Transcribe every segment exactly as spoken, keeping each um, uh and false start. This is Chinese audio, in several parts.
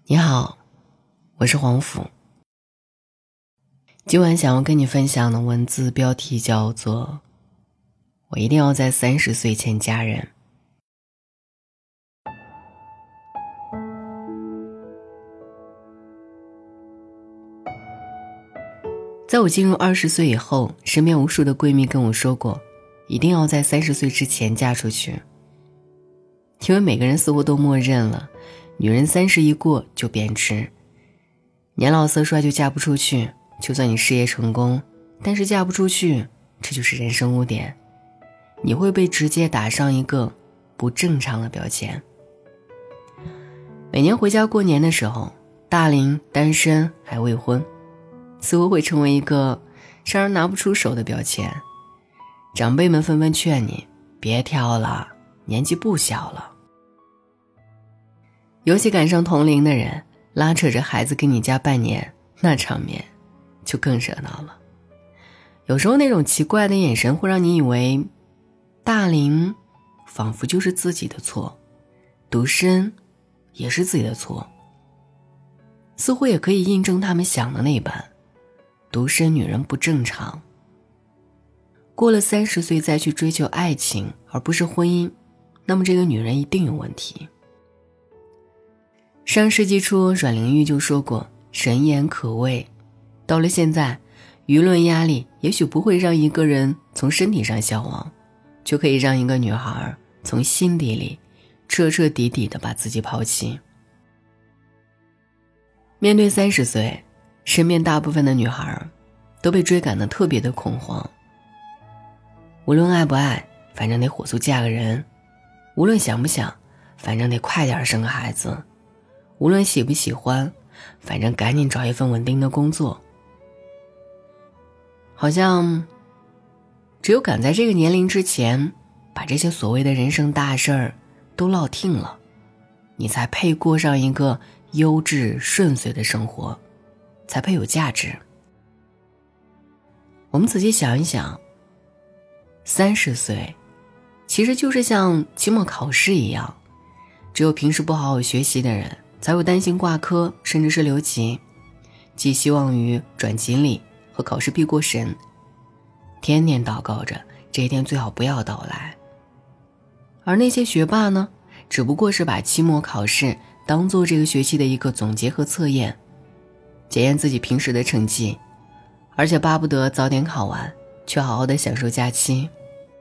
你好，我是黄甫。今晚想要跟你分享的文字标题叫做我一定要在三十岁前嫁人。在我进入二十岁以后，身边无数的闺蜜跟我说过，一定要在三十岁之前嫁出去。因为每个人似乎都默认了，女人三十一过就贬值，年老色衰就嫁不出去，就算你事业成功，但是嫁不出去，这就是人生污点，你会被直接打上一个不正常的标签。每年回家过年的时候，大龄、单身还未婚，似乎会成为一个让人拿不出手的标签。长辈们纷纷劝你别挑了，年纪不小了。尤其赶上同龄的人拉扯着孩子跟你家拜年，那场面就更热闹了。有时候那种奇怪的眼神会让你以为大龄仿佛就是自己的错，独身也是自己的错，似乎也可以印证他们想的那般，独身女人不正常。过了三十岁再去追求爱情而不是婚姻，那么这个女人一定有问题。上世纪初，阮玲玉就说过神颜可畏。到了现在，舆论压力也许不会让一个人从身体上消亡，就可以让一个女孩从心底里彻彻底底地把自己抛弃。面对三十岁，身边大部分的女孩都被追赶得特别的恐慌。无论爱不爱，反正得火速嫁个人；无论想不想，反正得快点生个孩子；无论喜不喜欢，反正赶紧找一份稳定的工作。好像只有赶在这个年龄之前把这些所谓的人生大事儿都落听了，你才配过上一个优质顺遂的生活，才配有价值。我们仔细想一想，三十岁其实就是像期末考试一样，只有平时不好好学习的人才会担心挂科甚至是留级，寄希望于转锦鲤和考试必过神，天天祷告着这一天最好不要到来。而那些学霸呢，只不过是把期末考试当做这个学期的一个总结和测验，检验自己平时的成绩，而且巴不得早点考完，去好好的享受假期。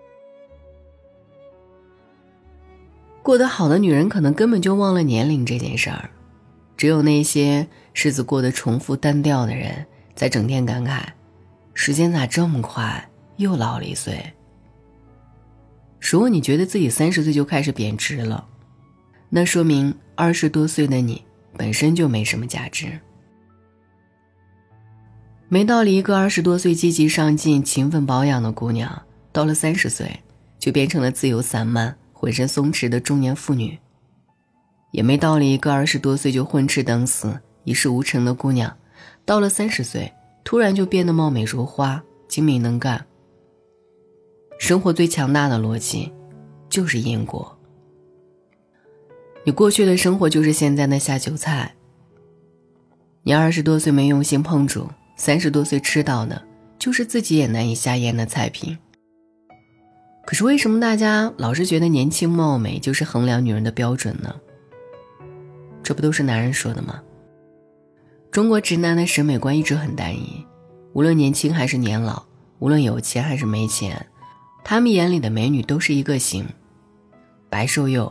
过得好的女人可能根本就忘了年龄这件事儿，只有那些日子过得重复单调的人在整天感慨时间咋这么快，又老了一岁。如果你觉得自己三十岁就开始贬值了，那说明二十多岁的你本身就没什么价值。没道理一个二十多岁积极上进勤奋保养的姑娘，到了三十岁就变成了自由散漫浑身松弛的中年妇女。也没道理一个二十多岁就混吃等死一事无成的姑娘，到了三十岁突然就变得貌美如花精明能干。生活最强大的逻辑就是因果。你过去的生活就是现在的下酒菜，你二十多岁没用心烹煮，三十多岁吃到的就是自己也难以下咽的菜品。可是为什么大家老是觉得年轻貌美就是衡量女人的标准呢？这不都是男人说的吗？中国直男的审美观一直很单一，无论年轻还是年老，无论有钱还是没钱，他们眼里的美女都是一个型，白瘦幼。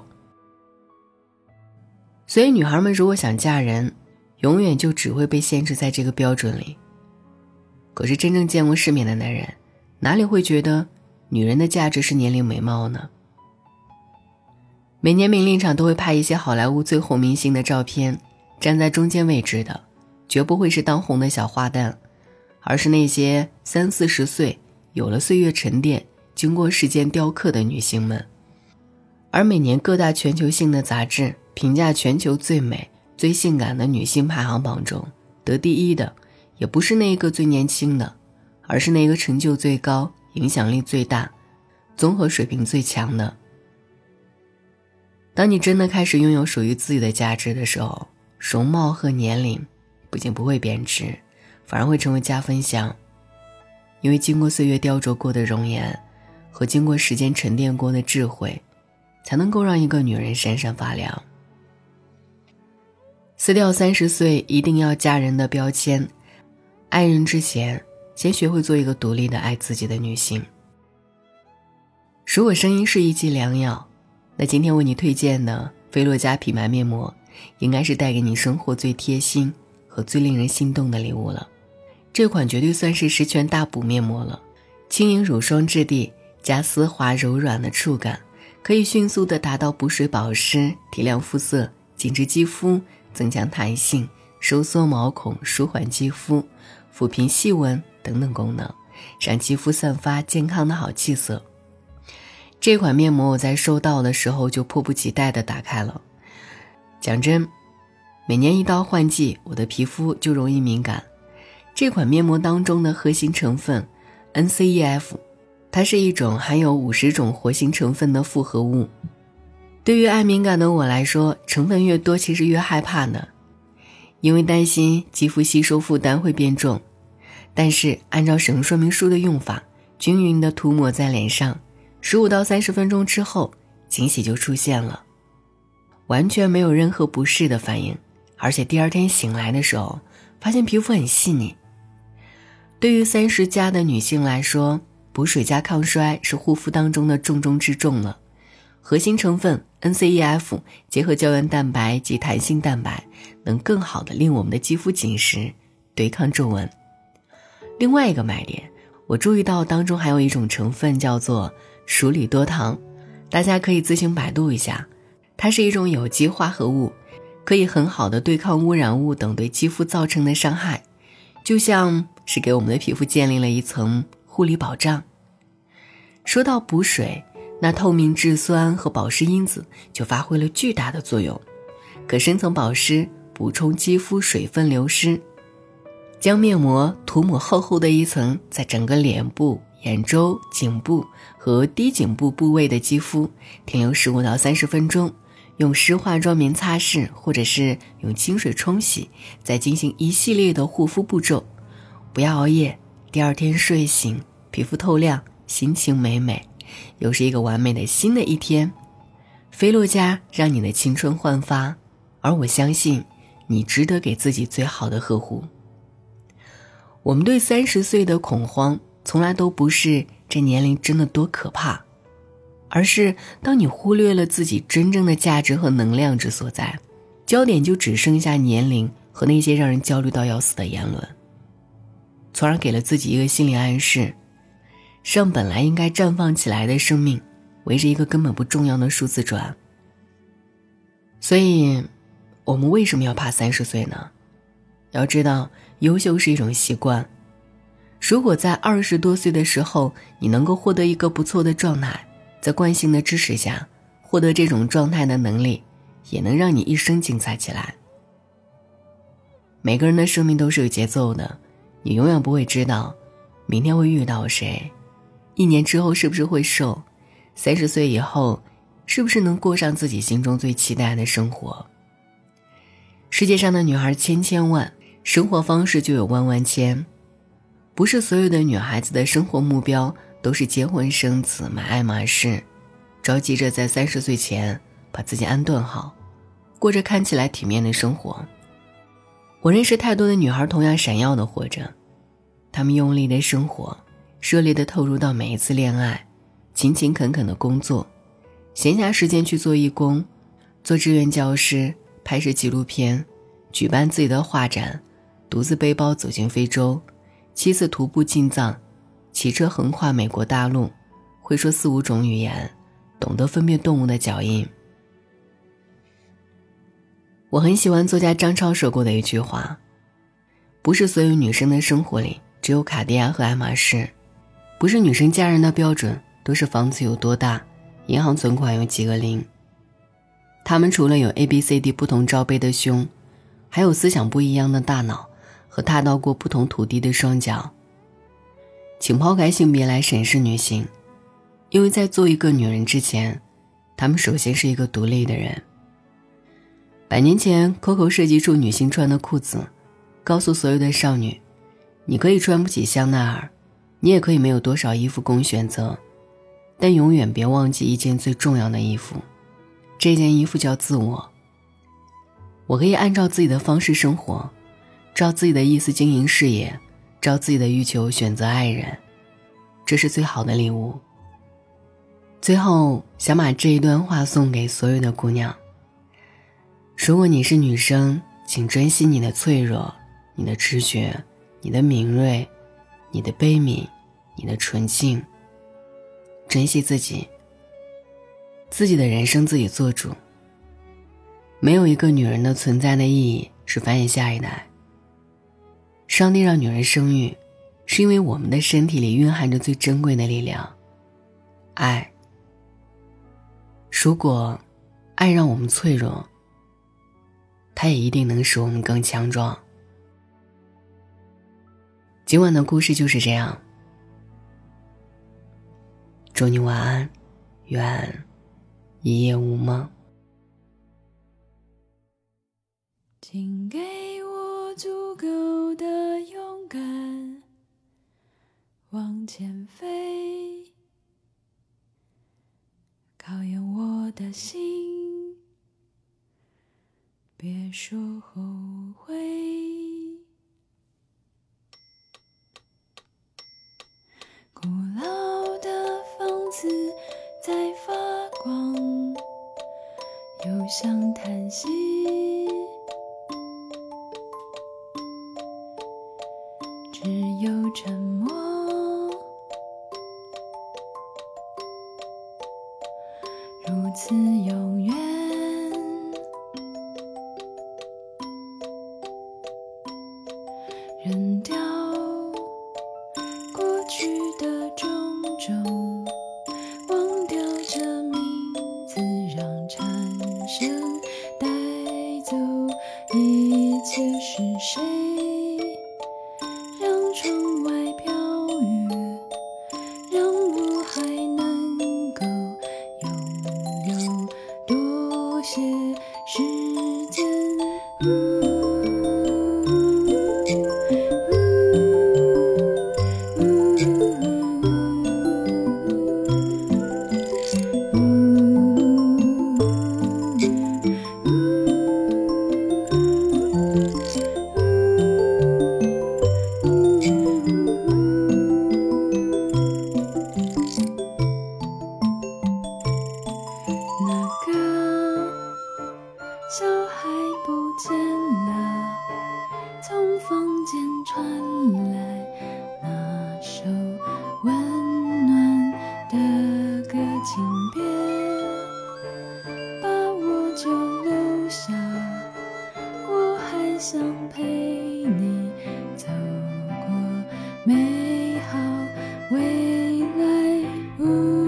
所以女孩们如果想嫁人，永远就只会被限制在这个标准里。可是真正见过世面的男人，哪里会觉得女人的价值是年龄美貌呢？每年名利场都会拍一些好莱坞最红明星的照片，站在中间位置的绝不会是当红的小花旦，而是那些三四十岁有了岁月沉淀经过时间雕刻的女星们。而每年各大全球性的杂志评价全球最美最性感的女性排行榜中，得第一的也不是那一个最年轻的，而是那个成就最高影响力最大综合水平最强的。当你真的开始拥有属于自己的价值的时候， 容貌和年龄不仅不会贬值，反而会成为加分项。因为经过岁月雕琢过的容颜和经过时间沉淀过的智慧，才能够让一个女人闪闪发亮。撕掉三十岁一定要嫁人的标签，爱人之前，先学会做一个独立的爱自己的女性。如果声音是一剂良药，那今天为你推荐的菲洛嘉品牌面膜，应该是带给你生活最贴心和最令人心动的礼物了。这款绝对算是十全大补面膜了，轻盈乳霜质地加丝滑柔软的触感，可以迅速地达到补水保湿、提亮肤色、紧致肌肤、增强弹性、收缩毛孔、舒缓肌肤、抚平细纹等等功能，让肌肤散发健康的好气色。这款面膜我在收到的时候就迫不及待地打开了。讲真，每年一到换季，我的皮肤就容易敏感。这款面膜当中的核心成分 N C E F， 它是一种含有五十种活性成分的复合物。对于爱敏感的我来说，成分越多其实越害怕呢，因为担心肌肤吸收负担会变重。但是按照使用说明书的用法，均匀的涂抹在脸上，十五到三十分钟之后，惊喜就出现了，完全没有任何不适的反应，而且第二天醒来的时候，发现皮肤很细腻。对于三十加的女性来说，补水加抗衰是护肤当中的重中之重了。核心成分 N C E F 结合胶原蛋白及弹性蛋白，能更好的令我们的肌肤紧实，对抗皱纹。另外一个卖点，我注意到当中还有一种成分叫做鼠李多糖，大家可以自行百度一下，它是一种有机化合物，可以很好的对抗污染物等对肌肤造成的伤害，就像是给我们的皮肤建立了一层护理保障。说到补水，那透明质酸和保湿因子就发挥了巨大的作用，可深层保湿，补充肌肤水分流失。将面膜涂抹厚厚的一层，在整个脸部、眼周、颈部和低颈部部位的肌肤停留十五到三十分钟，用湿化妆棉擦拭，或者是用清水冲洗，再进行一系列的护肤步骤。不要熬夜，第二天睡醒，皮肤透亮，心情美美，又是一个完美的新的一天。菲洛嘉让你的青春焕发，而我相信你值得给自己最好的呵护。我们对三十岁的恐慌，从来都不是这年龄真的多可怕，而是当你忽略了自己真正的价值和能量之所在，焦点就只剩下年龄和那些让人焦虑到要死的言论，从而给了自己一个心理暗示，让本来应该绽放起来的生命围着一个根本不重要的数字转。所以我们为什么要怕三十岁呢？要知道，优秀是一种习惯。如果在二十多岁的时候，你能够获得一个不错的状态，在惯性的支持下，获得这种状态的能力，也能让你一生精彩起来。每个人的生命都是有节奏的，你永远不会知道明天会遇到谁，一年之后是不是会瘦，三十岁以后是不是能过上自己心中最期待的生活。世界上的女孩千千万，生活方式就有万万千。不是所有的女孩子的生活目标都是结婚生子买爱马仕，着急着在三十岁前把自己安顿好，过着看起来体面的生活。我认识太多的女孩同样闪耀的活着，她们用力的生活，热烈的投入到每一次恋爱，勤勤恳恳的工作，闲暇时间去做义工，做志愿教师，拍摄纪录片，举办自己的画展，独自背包走进非洲，七次徒步进藏，骑车横跨美国大陆，会说四五种语言，懂得分辨动物的脚印。我很喜欢作家张超说过的一句话，不是所有女生的生活里只有卡地亚和爱马仕，不是女生嫁人的标准都是房子有多大，银行存款有几个零。她们除了有 A B C D 不同罩杯的胸，还有思想不一样的大脑和踏到过不同土地的双脚。请抛开性别来审视女性，因为在做一个女人之前，她们首先是一个独立的人。 百年前 Coco 设计出女性穿的裤子，告诉所有的少女，你可以穿不起香奈儿，你也可以没有多少衣服供选择，但永远别忘记一件最重要的衣服，这件衣服叫自我。我可以按照自己的方式生活，照自己的意思经营事业，照自己的欲求选择爱人，这是最好的礼物。最后想把这一段话送给所有的姑娘，如果你是女生，请珍惜你的脆弱，你的直觉，你的敏锐，你的悲悯，你的纯净，珍惜自己，自己的人生自己做主。没有一个女人的存在的意义是繁衍下一代。上帝让女人生育，是因为我们的身体里蕴含着最珍贵的力量——爱。如果爱让我们脆弱，它也一定能使我们更强壮。今晚的故事就是这样，祝你晚安，愿一夜无梦。 请给我足够的勇敢，往前飞，考验我的心，别说后悔。古老的房子在发光，又像叹息，只有沉默，如此永远。扔掉过去的种种，忘掉这名字，让蝉声带走一切是谁，让窗外飘雨，让我还能够拥有多些时间。小孩不见了，从房间传来那首温暖的歌，请别把我就留下，我还想陪你走过美好未来。呜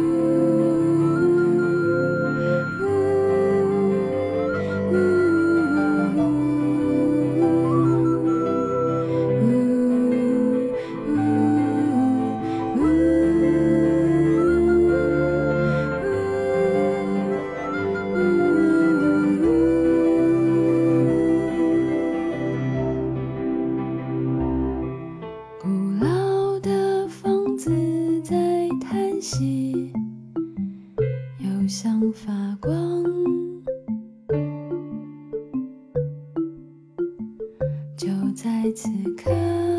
又像发光，就在此刻。